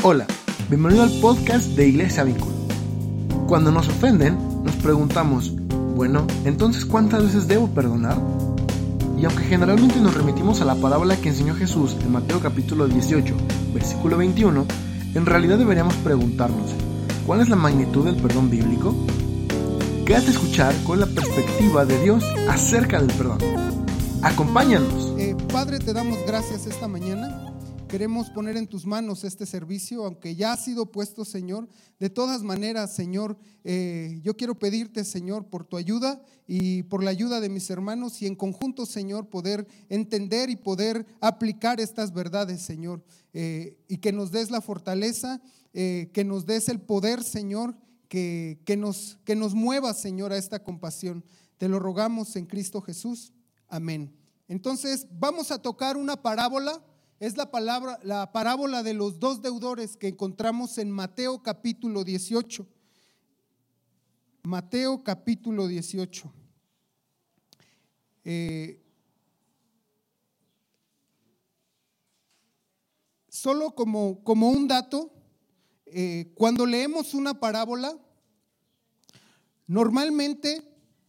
Hola, bienvenido al podcast de Iglesia Vínculo. Cuando nos ofenden, nos preguntamos, bueno, entonces ¿cuántas veces debo perdonar? Y aunque generalmente nos remitimos a la parábola que enseñó Jesús en Mateo capítulo 18, versículo 21, en realidad deberíamos preguntarnos, ¿cuál es la magnitud del perdón bíblico? Quédate a escuchar con la perspectiva de Dios acerca del perdón. ¡Acompáñanos! Padre, te damos gracias esta mañana. Queremos poner en tus manos este servicio, aunque ya ha sido puesto, Señor. De todas maneras, Señor, yo quiero pedirte, Señor, por tu ayuda y por la ayuda de mis hermanos y en conjunto, Señor, poder entender y poder aplicar estas verdades, Señor, y que nos des la fortaleza, que nos des el poder, Señor, que nos mueva, Señor, a esta compasión. Te lo rogamos en Cristo Jesús. Amén. Entonces, vamos a tocar una parábola. Es la parábola de los dos deudores que encontramos en Mateo capítulo 18. Mateo capítulo 18. Solo como un dato, cuando leemos una parábola, normalmente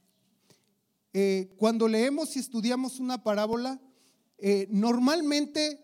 cuando leemos y estudiamos una parábola, normalmente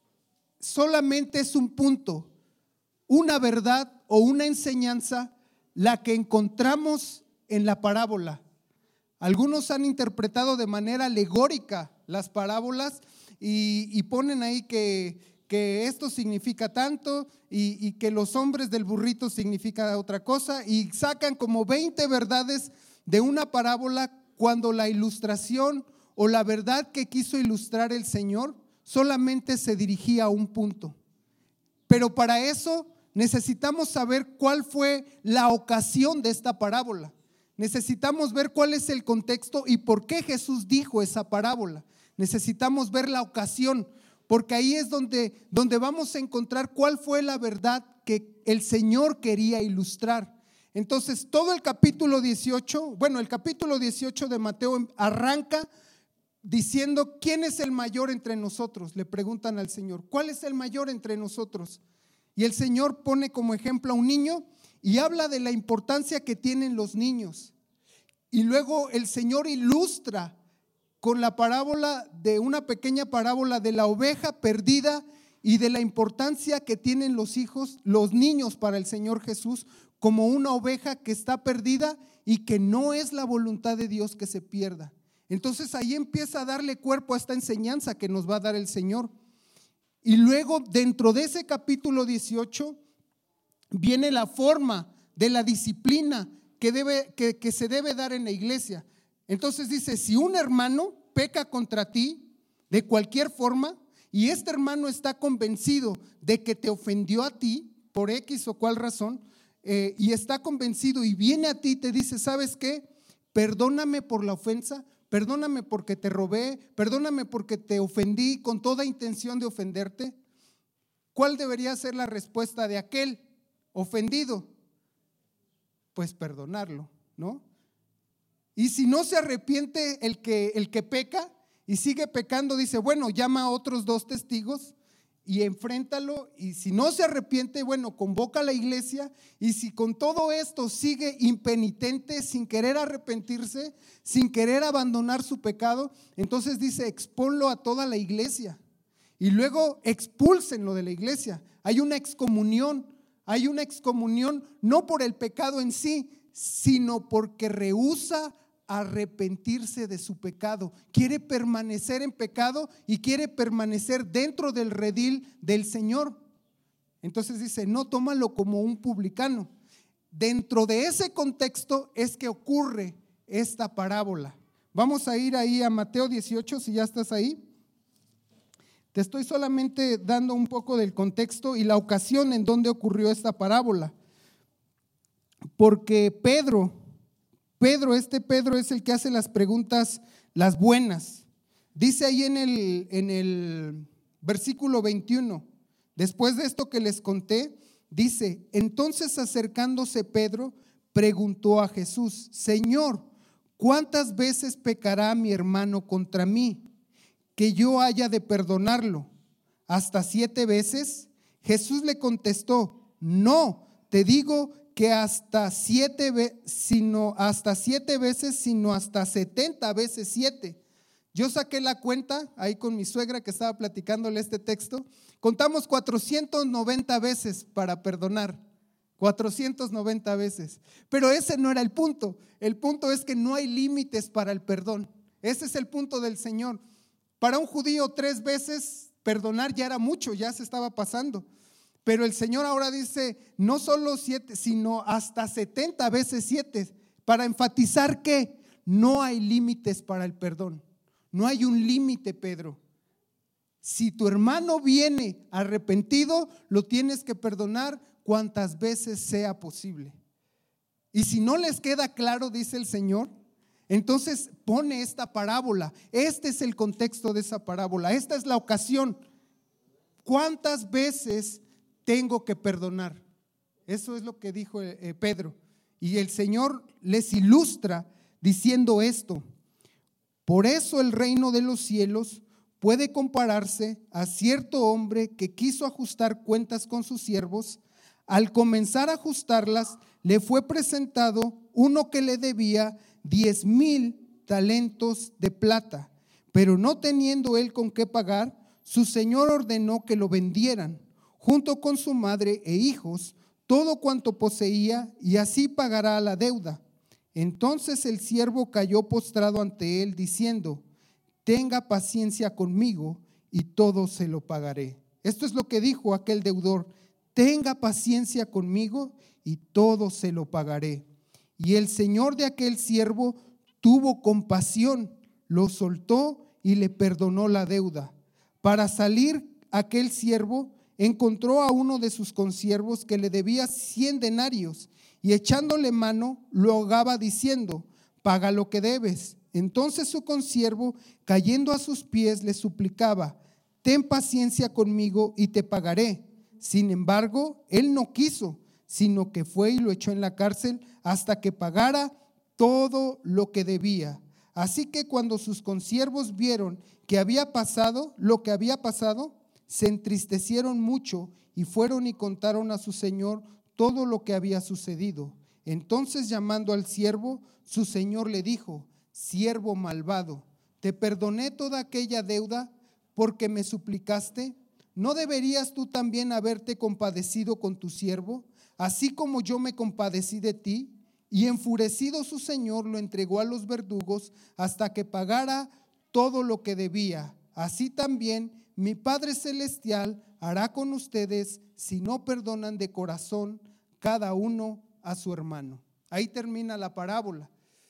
solamente es un punto, una verdad o una enseñanza la que encontramos en la parábola. Algunos han interpretado de manera alegórica las parábolas y ponen ahí que esto significa tanto y que los hombres del burrito significa otra cosa y sacan como 20 verdades de una parábola cuando la ilustración o la verdad que quiso ilustrar el Señor solamente se dirigía a un punto. Pero para eso necesitamos saber cuál fue la ocasión de esta parábola. Necesitamos ver cuál es el contexto y por qué Jesús dijo esa parábola. Necesitamos ver la ocasión, porque ahí es donde vamos a encontrar cuál fue la verdad que el Señor quería ilustrar. Entonces, todo el capítulo 18, el capítulo 18 de Mateo arranca diciendo, ¿quién es el mayor entre nosotros? Le preguntan al Señor, ¿cuál es el mayor entre nosotros? Y el Señor pone como ejemplo a un niño y habla de la importancia que tienen los niños. Y luego el Señor ilustra con la parábola de una pequeña parábola de la oveja perdida y de la importancia que tienen los niños para el Señor Jesús, como una oveja que está perdida y que no es la voluntad de Dios que se pierda. Entonces ahí empieza a darle cuerpo a esta enseñanza que nos va a dar el Señor. Y luego dentro de ese capítulo 18 viene la forma de la disciplina que se debe dar en la iglesia. Entonces dice, si un hermano peca contra ti de cualquier forma y este hermano está convencido de que te ofendió a ti por X o cual razón, y está convencido y viene a ti y te dice, ¿sabes qué? Perdóname por la ofensa, perdóname porque te robé, perdóname porque te ofendí con toda intención de ofenderte. ¿Cuál debería ser la respuesta de aquel ofendido? Pues perdonarlo, ¿no? Y si no se arrepiente el que peca y sigue pecando, dice, bueno, llama a otros 2 testigos y enfréntalo, y si no se arrepiente, convoca a la iglesia, y si con todo esto sigue impenitente, sin querer arrepentirse, sin querer abandonar su pecado, entonces dice, expónlo a toda la iglesia y luego expúlsenlo de la iglesia. Hay una excomunión no por el pecado en sí, sino porque rehúsa arrepentirse de su pecado, quiere permanecer en pecado y quiere permanecer dentro del redil del Señor. Entonces dice, no, tómalo como un publicano. Dentro de ese contexto es que ocurre esta parábola. Vamos a ir ahí a Mateo 18, si ya estás ahí. Te estoy solamente dando un poco del contexto y la ocasión en donde ocurrió esta parábola. Porque Pedro es el que hace las preguntas, las buenas. Dice ahí en el versículo 21, después de esto que les conté, dice, entonces acercándose Pedro, preguntó a Jesús, Señor, ¿cuántas veces pecará mi hermano contra mí, que yo haya de perdonarlo? ¿Hasta 7 veces? Jesús le contestó: no, te digo que hasta 7 veces, sino hasta 70 veces 7. Yo saqué la cuenta ahí con mi suegra que estaba platicándole este texto. Contamos 490 veces para perdonar. 490 veces. Pero ese no era el punto. El punto es que no hay límites para el perdón. Ese es el punto del Señor. Para un judío 3 veces perdonar ya era mucho, ya se estaba pasando. Pero el Señor ahora dice no solo 7, sino hasta 70 veces 7, para enfatizar que no hay límites para el perdón. No hay un límite, Pedro. Si tu hermano viene arrepentido, lo tienes que perdonar cuantas veces sea posible. Y si no les queda claro, dice el Señor, entonces pone esta parábola. Este es el contexto de esa parábola. Esta es la ocasión. ¿Cuántas veces tengo que perdonar? Eso es lo que dijo Pedro. Y el Señor les ilustra diciendo esto: por eso el reino de los cielos puede compararse a cierto hombre que quiso ajustar cuentas con sus siervos. Al comenzar a ajustarlas, le fue presentado uno que le debía 10,000 talentos de plata, pero no teniendo él con qué pagar, su señor ordenó que lo vendieran, junto con su madre e hijos, todo cuanto poseía, y así pagará la deuda. Entonces el siervo cayó postrado ante él, diciendo: tenga paciencia conmigo y todo se lo pagaré. Esto es lo que dijo aquel deudor: tenga paciencia conmigo y todo se lo pagaré. Y el señor de aquel siervo tuvo compasión, lo soltó y le perdonó la deuda. Para salir aquel siervo encontró a uno de sus consiervos que le debía 100 denarios y echándole mano lo ahogaba diciendo: paga lo que debes. Entonces su consiervo, cayendo a sus pies, le suplicaba: ten paciencia conmigo y te pagaré. Sin embargo, él no quiso, sino que fue y lo echó en la cárcel hasta que pagara todo lo que debía. Así que cuando sus consiervos vieron que había pasado lo que había pasado, se entristecieron mucho y fueron y contaron a su señor todo lo que había sucedido. Entonces, llamando al siervo, su señor le dijo: siervo malvado, te perdoné toda aquella deuda porque me suplicaste. ¿No deberías tú también haberte compadecido con tu siervo, así como yo me compadecí de ti? Y enfurecido su señor lo entregó a los verdugos hasta que pagara todo lo que debía. Así también mi Padre Celestial hará con ustedes si no perdonan de corazón cada uno a su hermano. Ahí termina la parábola.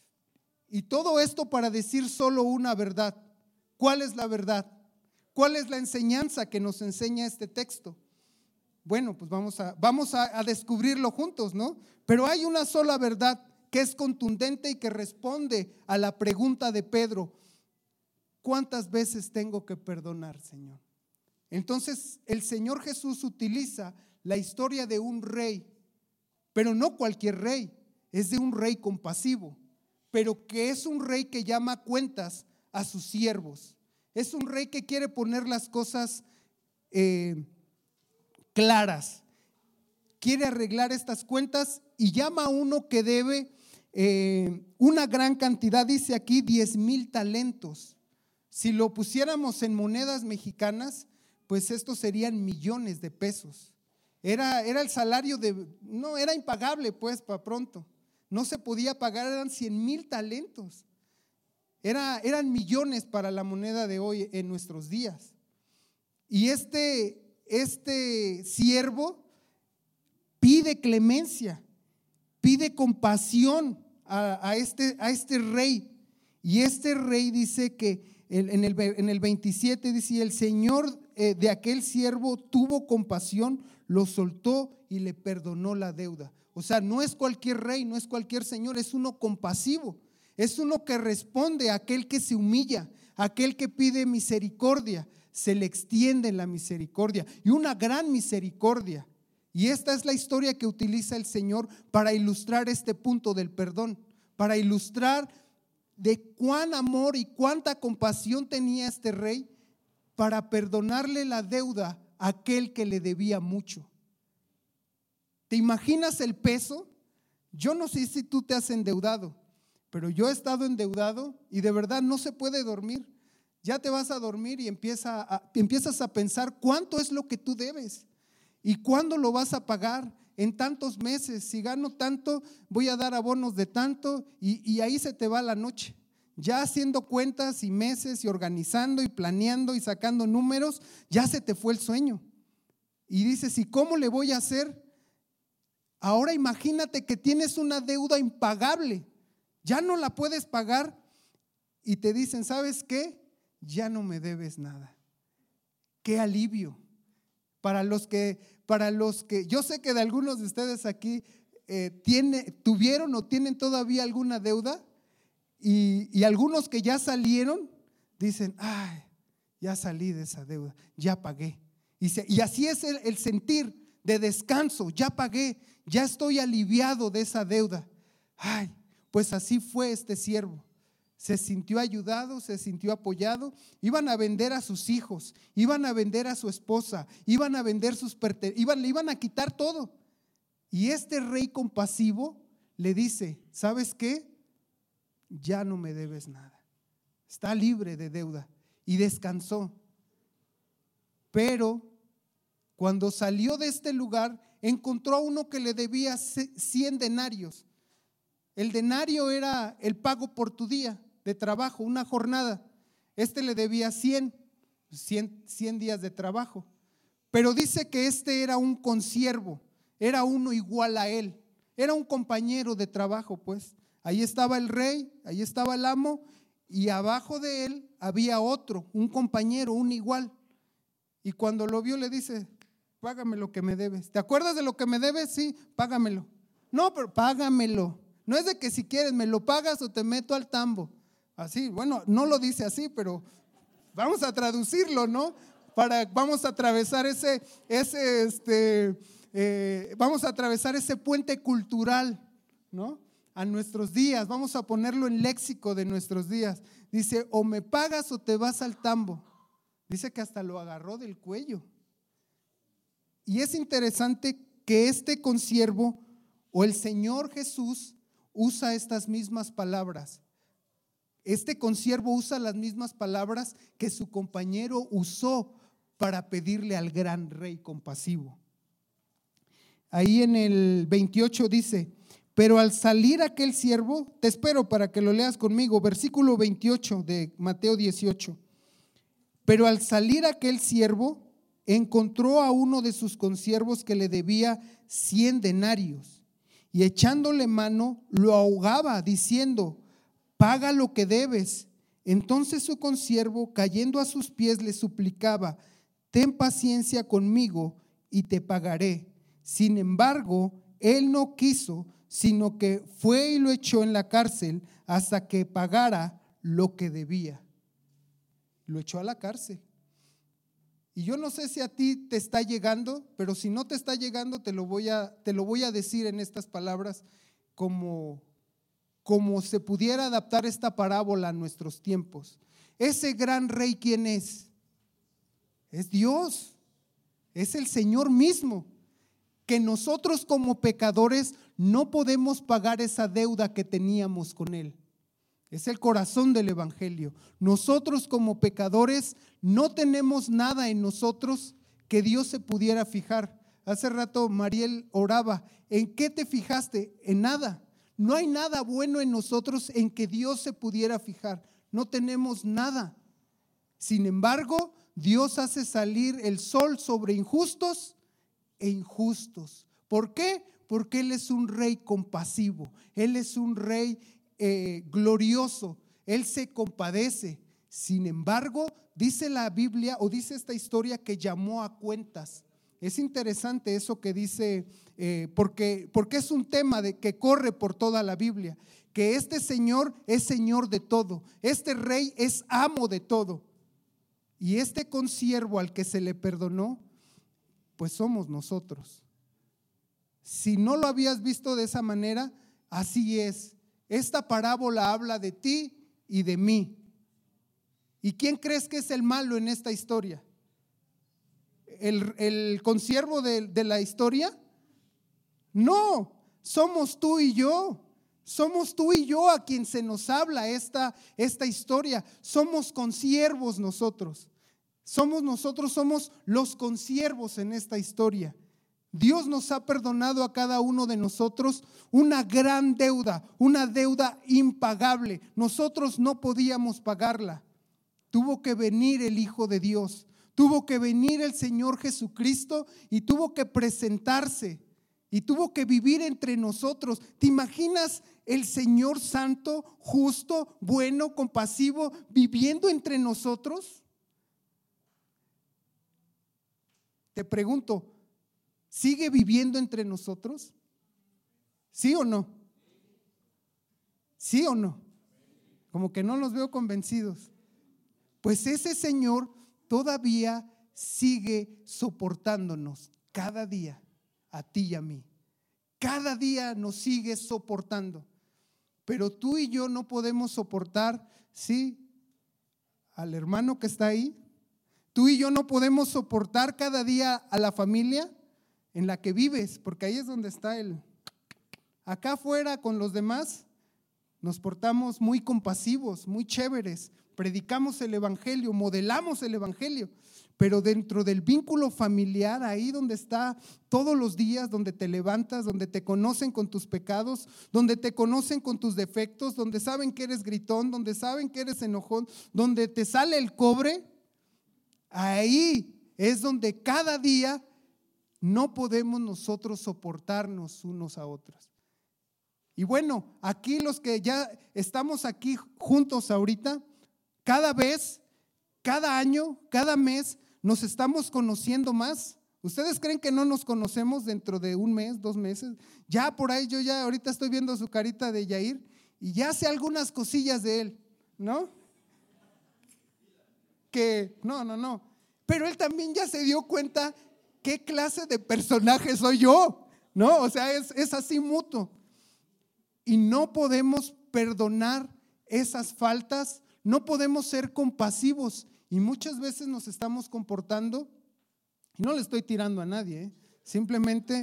Y todo esto para decir solo una verdad. ¿Cuál es la verdad? ¿Cuál es la enseñanza que nos enseña este texto? Bueno, pues vamos a descubrirlo juntos, ¿no? Pero hay una sola verdad que es contundente y que responde a la pregunta de Pedro: ¿cuántas veces tengo que perdonar, Señor? Entonces el Señor Jesús utiliza la historia de un rey, pero no cualquier rey, es de un rey compasivo, pero que es un rey que llama cuentas a sus siervos. Es un rey que quiere poner las cosas claras, quiere arreglar estas cuentas y llama a uno que debe una gran cantidad, dice aquí 10,000 talentos. Si lo pusiéramos en monedas mexicanas, pues estos serían millones de pesos. Era el salario no era impagable, pues, para pronto. No se podía pagar, eran 100,000 talentos. Eran millones para la moneda de hoy en nuestros días. Y este siervo pide clemencia, pide compasión a este rey. Y este rey dice que en el 27 dice: y el señor de aquel siervo tuvo compasión, lo soltó y le perdonó la deuda. O sea, no es cualquier rey, no es cualquier señor, es uno compasivo. Es uno que responde a aquel que se humilla, a aquel que pide misericordia. Se le extiende la misericordia y una gran misericordia. Y esta es la historia que utiliza el Señor para ilustrar este punto del perdón, para ilustrar de cuán amor y cuánta compasión tenía este rey para perdonarle la deuda a aquel que le debía mucho. ¿Te imaginas el peso? Yo no sé si tú te has endeudado, pero yo he estado endeudado y de verdad no se puede dormir. Ya te vas a dormir y empiezas a pensar cuánto es lo que tú debes y cuándo lo vas a pagar. En tantos meses, si gano tanto, voy a dar abonos de tanto y ahí se te va la noche. Ya haciendo cuentas y meses y organizando y planeando y sacando números, ya se te fue el sueño. Y dices, ¿y cómo le voy a hacer? Ahora imagínate que tienes una deuda impagable, ya no la puedes pagar y te dicen, ¿sabes qué? Ya no me debes nada. ¡Qué alivio! Para los que yo sé que de algunos de ustedes aquí tuvieron o tienen todavía alguna deuda y algunos que ya salieron dicen, ay, ya salí de esa deuda, ya pagué. Y así es el sentir de descanso, ya pagué, ya estoy aliviado de esa deuda. Ay, pues así fue este siervo. Se sintió ayudado, se sintió apoyado. Iban a vender a sus hijos, iban a vender a su esposa, iban a vender sus pertenencias, le iban a quitar todo. Y este rey compasivo le dice, ¿sabes qué? Ya no me debes nada. Está libre de deuda y descansó. Pero cuando salió de este lugar, encontró a uno que le debía 100 denarios. El denario era el pago por tu día de trabajo, una jornada. Este le debía 100 días de trabajo. Pero dice que este era un consiervo, era uno igual a él, era un compañero de trabajo, pues. Ahí estaba el rey, ahí estaba el amo, y abajo de él había otro, un compañero, un igual. Y cuando lo vio le dice, págame lo que me debes. ¿Te acuerdas de lo que me debes? Sí, págamelo. No, pero págamelo. No es de que si quieres me lo pagas o te meto al tambo. Así, bueno, no lo dice así, pero vamos a traducirlo, ¿no? Vamos a atravesar vamos a atravesar ese puente cultural, ¿no? A nuestros días, vamos a ponerlo en léxico de nuestros días. Dice, o me pagas o te vas al tambo. Dice que hasta lo agarró del cuello. Y es interesante que este consiervo o el Señor Jesús usa estas mismas palabras. Este consiervo usa las mismas palabras que su compañero usó para pedirle al gran rey compasivo. Ahí en el 28 dice, pero al salir aquel siervo, te espero para que lo leas conmigo, versículo 28 de Mateo 18. Pero al salir aquel siervo, encontró a uno de sus consiervos que le debía 100 denarios y echándole mano lo ahogaba diciendo, paga lo que debes. Entonces su consiervo, cayendo a sus pies, le suplicaba, ten paciencia conmigo y te pagaré. Sin embargo, él no quiso, sino que fue y lo echó en la cárcel hasta que pagara lo que debía. Lo echó a la cárcel. Y yo no sé si a ti te está llegando, pero si no te está llegando, te lo voy a decir en estas palabras como se pudiera adaptar esta parábola a nuestros tiempos. Ese gran rey, ¿quién es? Es Dios, es el Señor mismo, que nosotros como pecadores no podemos pagar esa deuda que teníamos con Él. Es el corazón del evangelio. Nosotros como pecadores no tenemos nada en nosotros que Dios se pudiera fijar. Hace rato Mariel oraba, ¿en qué te fijaste? En nada. No hay nada bueno en nosotros en que Dios se pudiera fijar. No tenemos nada. Sin embargo, Dios hace salir el sol sobre injustos e injustos. ¿Por qué? Porque Él es un rey compasivo. Él es un rey glorioso. Él se compadece. Sin embargo, dice la Biblia o dice esta historia que llamó a cuentas. Es interesante eso que dice, porque es un tema que corre por toda la Biblia, que este Señor es Señor de todo, este Rey es amo de todo. Y este consiervo al que se le perdonó, pues somos nosotros. Si no lo habías visto de esa manera, así es. Esta parábola habla de ti y de mí. ¿Y quién crees que es el malo en esta historia? el consiervo de la historia? No, somos tú y yo. Somos tú y yo a quien se nos habla esta historia. Somos consiervos nosotros. Somos los consiervos en esta historia. Dios nos ha perdonado a cada uno de nosotros una gran deuda, una deuda impagable. Nosotros no podíamos pagarla. Tuvo que venir el Hijo de Dios, tuvo que venir el Señor Jesucristo y tuvo que presentarse y tuvo que vivir entre nosotros. ¿Te imaginas el Señor santo, justo, bueno, compasivo, viviendo entre nosotros? Te pregunto, ¿sigue viviendo entre nosotros? ¿Sí o no? ¿Sí o no? Como que no los veo convencidos. Pues ese Señor todavía sigue soportándonos cada día, a ti y a mí. Cada día nos sigue soportando. Pero tú y yo no podemos soportar, ¿sí?, al hermano que está ahí. Tú y yo no podemos soportar cada día a la familia en la que vives, porque ahí es donde está él. Acá afuera con los demás nos portamos muy compasivos, muy chéveres, predicamos el evangelio, modelamos el evangelio, pero dentro del vínculo familiar, ahí donde está todos los días, donde te levantas, donde te conocen con tus pecados, donde te conocen con tus defectos, donde saben que eres gritón, donde saben que eres enojón, donde te sale el cobre, ahí es donde cada día no podemos nosotros soportarnos unos a otros. Y bueno, aquí los que ya estamos aquí juntos ahorita, cada vez, cada año, cada mes, nos estamos conociendo más. ¿Ustedes creen que no nos conocemos dentro de un mes, 2 meses? Ya por ahí, yo ya ahorita estoy viendo su carita de Yair y ya sé algunas cosillas de él, ¿no? Que no. Pero él también ya se dio cuenta qué clase de personaje soy yo, ¿no? O sea, es así mutuo. Y no podemos perdonar esas faltas, no podemos ser compasivos y muchas veces nos estamos comportando, y no le estoy tirando a nadie, simplemente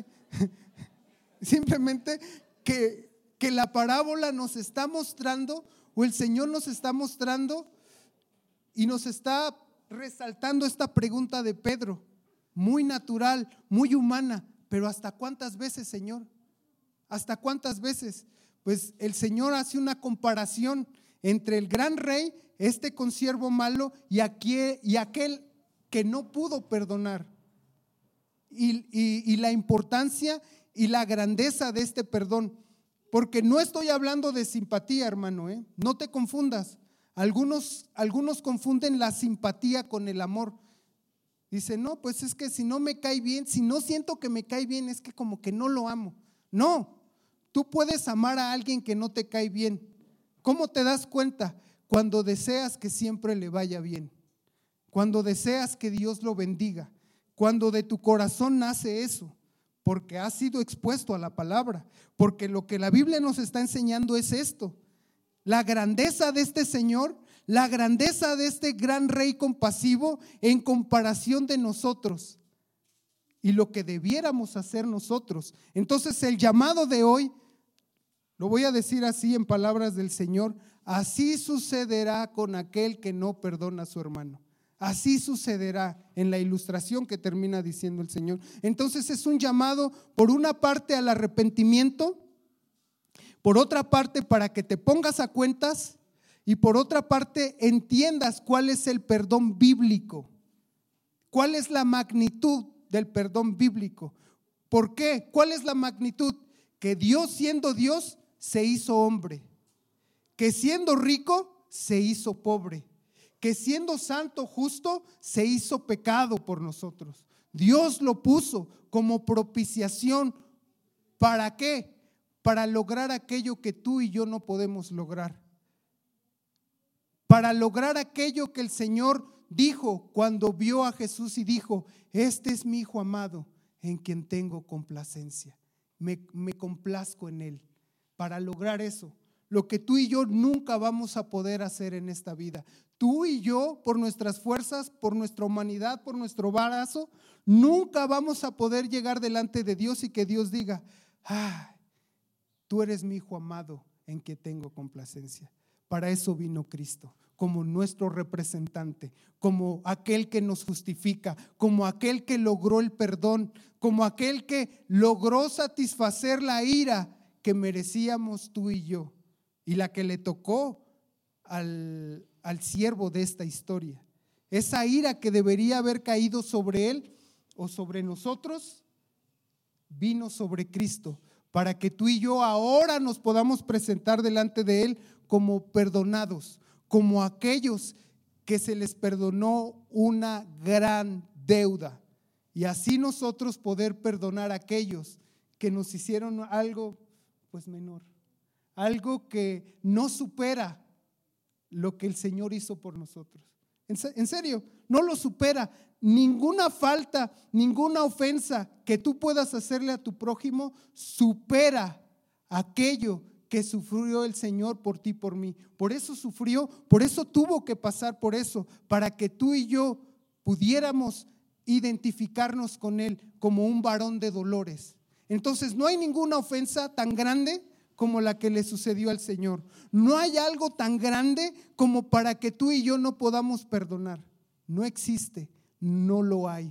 que la parábola nos está mostrando, o el Señor nos está mostrando y nos está resaltando esta pregunta de Pedro, muy natural, muy humana, pero ¿hasta cuántas veces, Señor? ¿Hasta cuántas veces? Pues el Señor hace una comparación entre el gran rey, este consiervo malo, y aquel que no pudo perdonar. Y la importancia y la grandeza de este perdón. Porque no estoy hablando de simpatía, hermano, no te confundas. Algunos confunden la simpatía con el amor. Dicen, no, pues es que si no me cae bien, si no siento que me cae bien, es que como que no lo amo. No, tú puedes amar a alguien que no te cae bien. ¿Cómo te das cuenta? Cuando deseas que siempre le vaya bien, cuando deseas que Dios lo bendiga, cuando de tu corazón nace eso, porque has sido expuesto a la palabra, porque lo que la Biblia nos está enseñando es esto, la grandeza de este Señor, la grandeza de este gran rey compasivo en comparación de nosotros y lo que debiéramos hacer nosotros. Entonces el llamado de hoy, lo voy a decir así en palabras del Señor, así sucederá con aquel que no perdona a su hermano. Así sucederá en la ilustración que termina diciendo el Señor. Entonces es un llamado por una parte al arrepentimiento, por otra parte para que te pongas a cuentas y por otra parte entiendas cuál es el perdón bíblico, cuál es la magnitud del perdón bíblico. ¿Por qué? ¿Cuál es la magnitud? Que Dios, siendo Dios, se hizo hombre, que siendo rico se hizo pobre, que siendo santo, justo, se hizo pecado por nosotros. Dios lo puso como propiciación. ¿Para qué? Para lograr aquello que tú y yo no podemos lograr. Para lograr aquello que el Señor dijo cuando vio a Jesús y dijo, este es mi Hijo amado en quien tengo complacencia. Me complazco en él. Para lograr eso, lo que tú y yo nunca vamos a poder hacer en esta vida. Tú y yo, por nuestras fuerzas, por nuestra humanidad, por nuestro brazo, nunca vamos a poder llegar delante de Dios y que Dios diga: tú eres mi hijo amado en que tengo complacencia. Para eso vino Cristo, como nuestro representante, como aquel que nos justifica, como aquel que logró el perdón, como aquel que logró satisfacer la ira que merecíamos tú y yo, y la que le tocó al siervo de esta historia. Esa ira que debería haber caído sobre él o sobre nosotros, vino sobre Cristo, para que tú y yo ahora nos podamos presentar delante de él como perdonados, como aquellos que se les perdonó una gran deuda, y así nosotros poder perdonar a aquellos que nos hicieron algo pues menor, algo que no supera lo que el Señor hizo por nosotros. En serio, no lo supera. Ninguna falta, ninguna ofensa que tú puedas hacerle a tu prójimo supera aquello que sufrió el Señor por ti, por mí. Por eso sufrió, por eso tuvo que pasar por eso, para que tú y yo pudiéramos identificarnos con Él como un varón de dolores. Entonces no hay ninguna ofensa tan grande como la que le sucedió al Señor. No hay algo tan grande como para que tú y yo no podamos perdonar. No existe, no lo hay.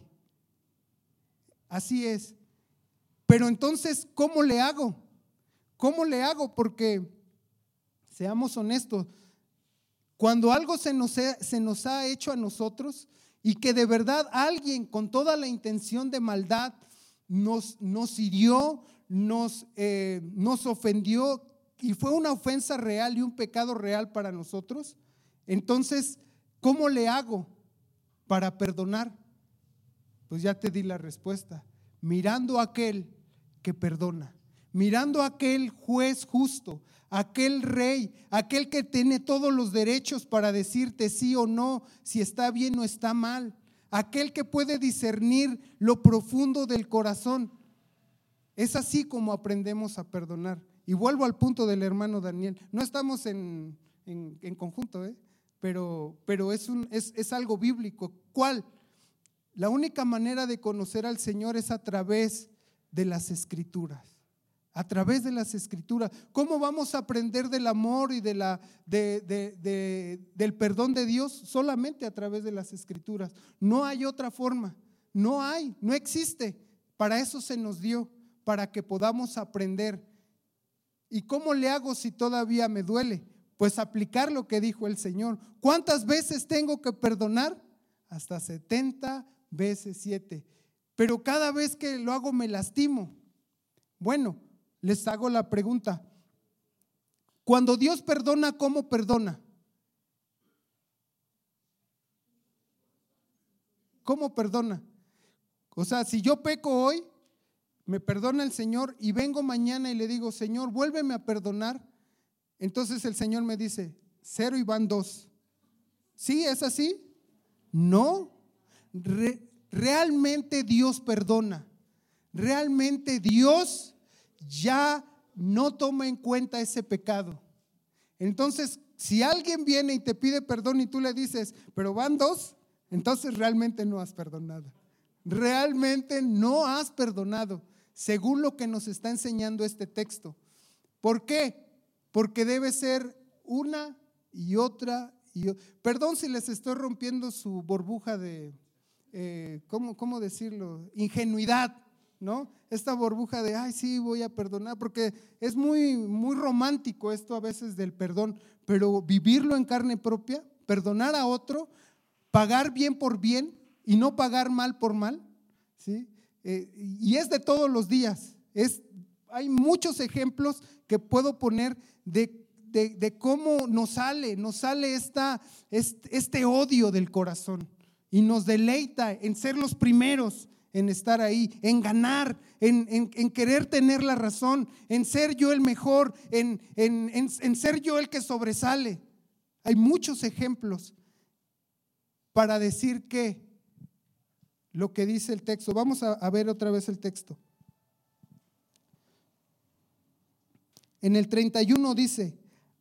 Así es. Pero entonces, ¿cómo le hago? ¿Cómo le hago? Porque, seamos honestos, cuando algo se nos ha hecho a nosotros y que de verdad alguien con toda la intención de maldad nos hirió, nos ofendió y fue una ofensa real y un pecado real para nosotros, entonces, ¿cómo le hago para perdonar? Pues ya te di la respuesta: mirando a aquel que perdona, mirando a aquel juez justo, aquel rey, aquel que tiene todos los derechos para decirte sí o no, si está bien o está mal, aquel que puede discernir lo profundo del corazón. Es así como aprendemos a perdonar. Y vuelvo al punto del hermano Daniel. No estamos en conjunto, pero es algo bíblico. ¿Cuál? La única manera de conocer al Señor es a través de las Escrituras. A través de las Escrituras. ¿Cómo vamos a aprender del amor y del perdón de Dios? Solamente a través de las Escrituras. No hay otra forma. No existe. Para eso se nos dio, para que podamos aprender. ¿Y cómo le hago si todavía me duele? Pues aplicar lo que dijo el Señor. ¿Cuántas veces tengo que perdonar? Hasta 70 veces 7. Pero cada vez que lo hago me lastimo. Bueno, les hago la pregunta: cuando Dios perdona, ¿cómo perdona? ¿Cómo perdona? O sea, si yo peco hoy, me perdona el Señor, y vengo mañana y le digo: Señor, vuélveme a perdonar. Entonces el Señor me dice: 0 y van 2. ¿Sí es así? No. Realmente Dios perdona. Realmente Dios ya no toma en cuenta ese pecado. Entonces, si alguien viene y te pide perdón y tú le dices: pero van 2, entonces realmente no has perdonado. Realmente no has perdonado, según lo que nos está enseñando este texto. ¿Por qué? Porque debe ser una y otra y otra. Perdón si les estoy rompiendo su burbuja de, ¿cómo decirlo? Ingenuidad, ¿no? Esta burbuja de, ay, sí, voy a perdonar, porque es muy, muy romántico esto a veces del perdón, pero vivirlo en carne propia, perdonar a otro, pagar bien por bien y no pagar mal por mal, ¿sí? Y es de todos los días. Hay muchos ejemplos que puedo poner de cómo nos sale este odio del corazón y nos deleita en ser los primeros, en estar ahí, en ganar, en querer tener la razón, en ser yo el mejor, en ser yo el que sobresale. Hay muchos ejemplos para decir que lo que dice el texto. Vamos a ver otra vez el texto. En el 31 dice: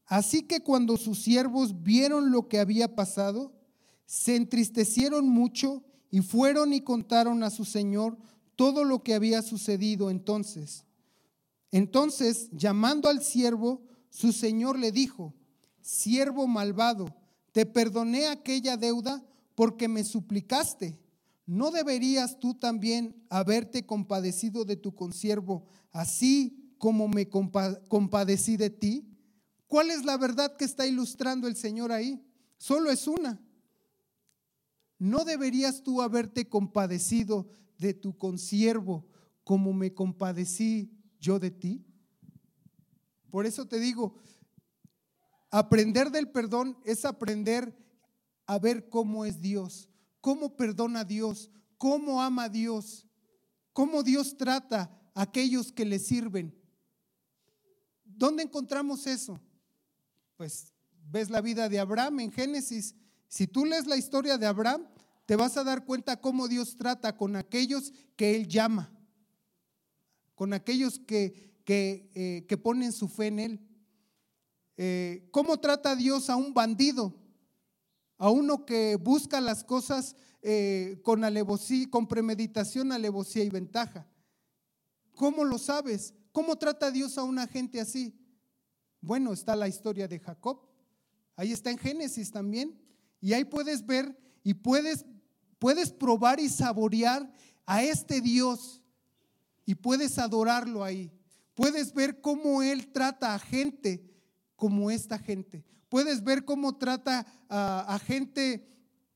Así que cuando sus siervos vieron lo que había pasado, se entristecieron mucho y fueron y contaron a su señor todo lo que había sucedido entonces. Entonces, llamando al siervo, su señor le dijo: siervo malvado, te perdoné aquella deuda porque me suplicaste. ¿No deberías tú también haberte compadecido de tu consiervo, así como me compadecí de ti? ¿Cuál es la verdad que está ilustrando el Señor ahí? Solo es una. ¿No deberías tú haberte compadecido de tu consiervo como me compadecí yo de ti? Por eso te digo, aprender del perdón es aprender a ver cómo es Dios, cómo perdona a Dios, cómo ama a Dios, cómo Dios trata a aquellos que le sirven. ¿Dónde encontramos eso? Pues ves la vida de Abraham en Génesis. Si tú lees la historia de Abraham, te vas a dar cuenta cómo Dios trata con aquellos que Él llama, con aquellos que ponen su fe en Él. ¿Cómo trata Dios a un bandido? A uno que busca las cosas con alevosía, con premeditación, alevosía y ventaja. ¿Cómo lo sabes? ¿Cómo trata Dios a una gente así? Bueno, está la historia de Jacob. Ahí está en Génesis también. Y ahí puedes ver y puedes probar y saborear a este Dios y puedes adorarlo ahí. Puedes ver cómo Él trata a gente como esta gente. Puedes ver cómo trata a gente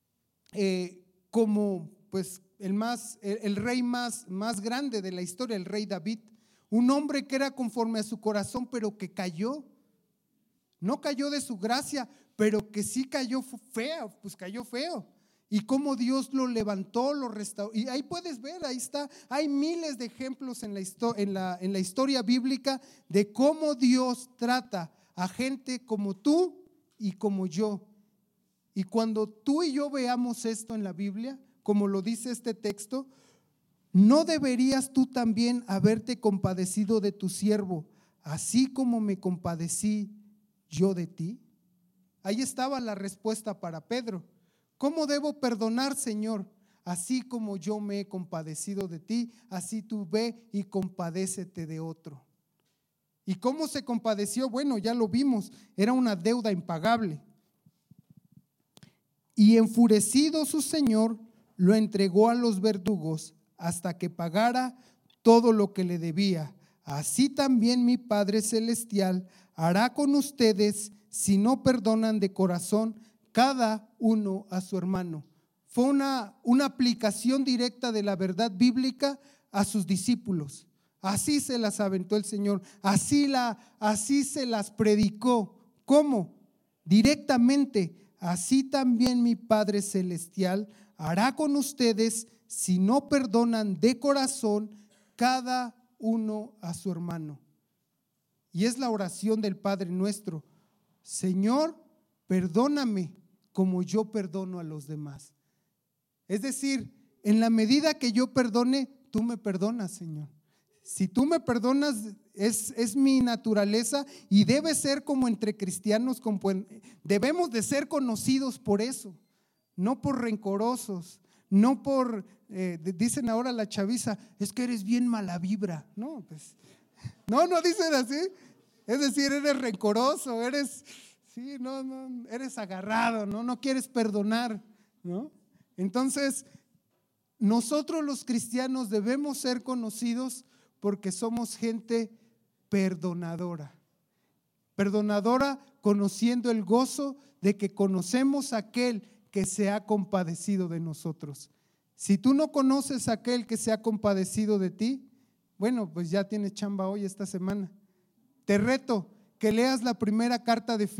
como pues el rey más grande de la historia, el rey David. Un hombre que era conforme a su corazón, pero que cayó. No cayó de su gracia, pero que sí cayó feo, pues cayó feo. Y cómo Dios lo levantó, lo restauró. Y ahí puedes ver, ahí está. Hay miles de ejemplos en la historia bíblica de cómo Dios trata a gente como tú y como yo. Y cuando tú y yo veamos esto en la Biblia, como lo dice este texto, ¿no deberías tú también haberte compadecido de tu siervo, así como me compadecí yo de ti? Ahí estaba la respuesta para Pedro. ¿Cómo debo perdonar, Señor? Así como yo me he compadecido de ti, así tú ve y compadécete de otro. ¿Y cómo se compadeció? Bueno, ya lo vimos, era una deuda impagable. Y enfurecido su señor, lo entregó a los verdugos hasta que pagara todo lo que le debía. Así también mi Padre Celestial hará con ustedes si no perdonan de corazón cada uno a su hermano. Fue una aplicación directa de la verdad bíblica a sus discípulos. Así se las aventó el Señor, así se las predicó. ¿Cómo? Directamente. Así también mi Padre Celestial hará con ustedes si no perdonan de corazón cada uno a su hermano. Y es la oración del Padre nuestro: Señor, perdóname como yo perdono a los demás. Es decir, en la medida que yo perdone, tú me perdonas, Señor. Si tú me perdonas, es mi naturaleza y debe ser como entre cristianos. Debemos de ser conocidos por eso, no por rencorosos, no por, dicen ahora la chaviza, es que eres bien mala vibra. No, pues, no dicen así. Es decir, eres rencoroso, eres agarrado, no quieres perdonar, ¿no? Entonces, nosotros los cristianos debemos ser conocidos porque somos gente perdonadora. Perdonadora conociendo el gozo de que conocemos a aquel que se ha compadecido de nosotros. Si tú no conoces a aquel que se ha compadecido de ti, bueno, pues ya tienes chamba hoy esta semana. Te reto que leas la carta de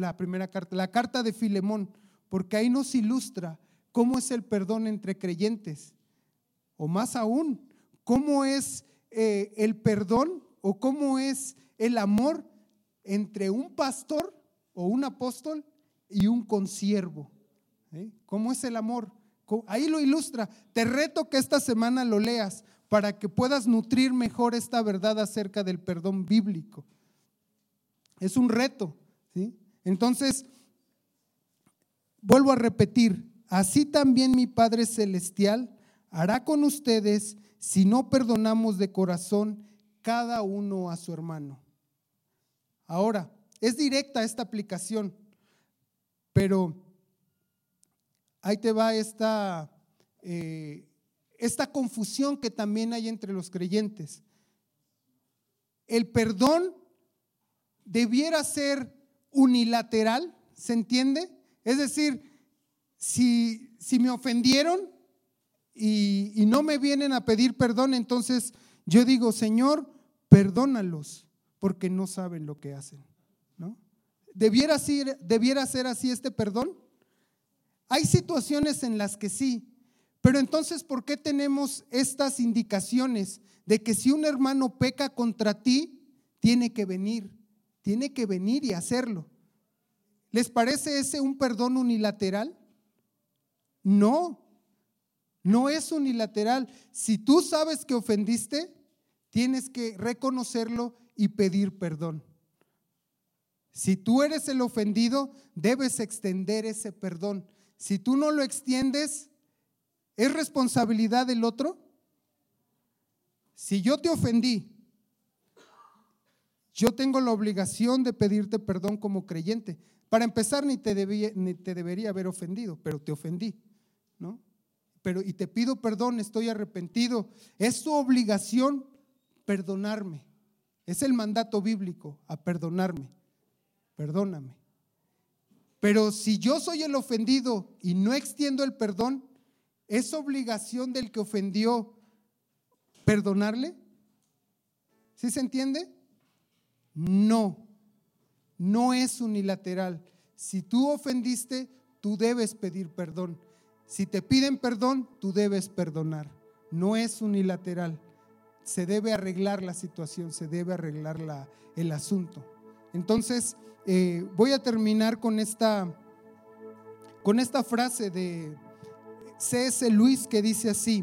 Filemón, porque ahí nos ilustra cómo es el perdón entre creyentes, o más aún, cómo es el perdón o cómo es el amor entre un pastor o un apóstol y un consiervo. ¿Cómo es el amor? Ahí lo ilustra. Te reto que esta semana lo leas para que puedas nutrir mejor esta verdad acerca del perdón bíblico. Es un reto. ¿sí? Entonces, vuelvo a repetir, así también mi Padre Celestial hará con ustedes si no perdonamos de corazón cada uno a su hermano. Ahora, es directa esta aplicación, pero ahí te va esta confusión que también hay entre los creyentes. El perdón debiera ser unilateral, ¿se entiende? Es decir, si me ofendieron y no me vienen a pedir perdón, entonces yo digo, Señor, perdónalos porque no saben lo que hacen, ¿no? ¿Debiera ser así este perdón? Hay situaciones en las que sí, pero entonces, ¿por qué tenemos estas indicaciones de que si un hermano peca contra ti, tiene que venir y hacerlo? ¿Les parece ese un perdón unilateral? No es unilateral. Si tú sabes que ofendiste, tienes que reconocerlo y pedir perdón. Si tú eres el ofendido, debes extender ese perdón. Si tú no lo extiendes, ¿es responsabilidad del otro? Si yo te ofendí, yo tengo la obligación de pedirte perdón como creyente. Para empezar, ni te debería haber ofendido, pero te ofendí, ¿no? Y te pido perdón, estoy arrepentido. Es tu obligación perdonarme. Es el mandato bíblico, a perdonarme. Perdóname. Pero si yo soy el ofendido y no extiendo el perdón, ¿es obligación del que ofendió perdonarle? ¿Sí se entiende? No es unilateral. Si tú ofendiste, tú debes pedir perdón. Si te piden perdón, tú debes perdonar. No es unilateral. Se debe arreglar la situación, se debe arreglar el asunto. Entonces, voy a terminar con esta frase de C.S. Lewis que dice así: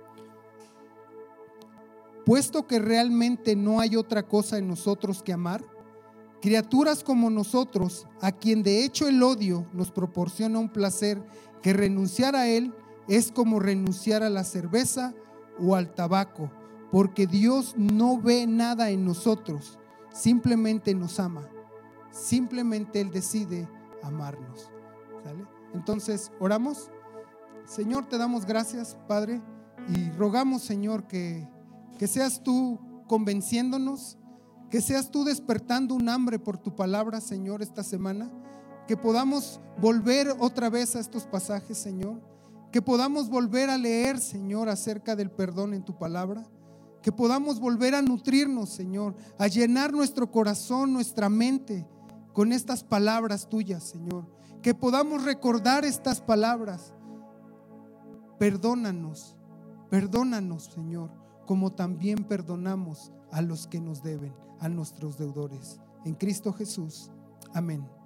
puesto que realmente no hay otra cosa en nosotros que amar, criaturas como nosotros, a quien de hecho el odio nos proporciona un placer que renunciar a él es como renunciar a la cerveza o al tabaco, porque Dios no ve nada en nosotros, simplemente nos ama, simplemente Él decide amarnos. ¿Sale? Entonces, oramos. Señor, te damos gracias, Padre, y rogamos, Señor, que seas tú convenciéndonos, que seas tú despertando un hambre por tu palabra, Señor, esta semana, que podamos volver otra vez a estos pasajes, Señor, que podamos volver a leer, Señor, acerca del perdón en tu palabra, que podamos volver a nutrirnos, Señor, a llenar nuestro corazón, nuestra mente con estas palabras tuyas, Señor, que podamos recordar estas palabras. Perdónanos, Señor, como también perdonamos a los que nos deben, a nuestros deudores. En Cristo Jesús. Amén.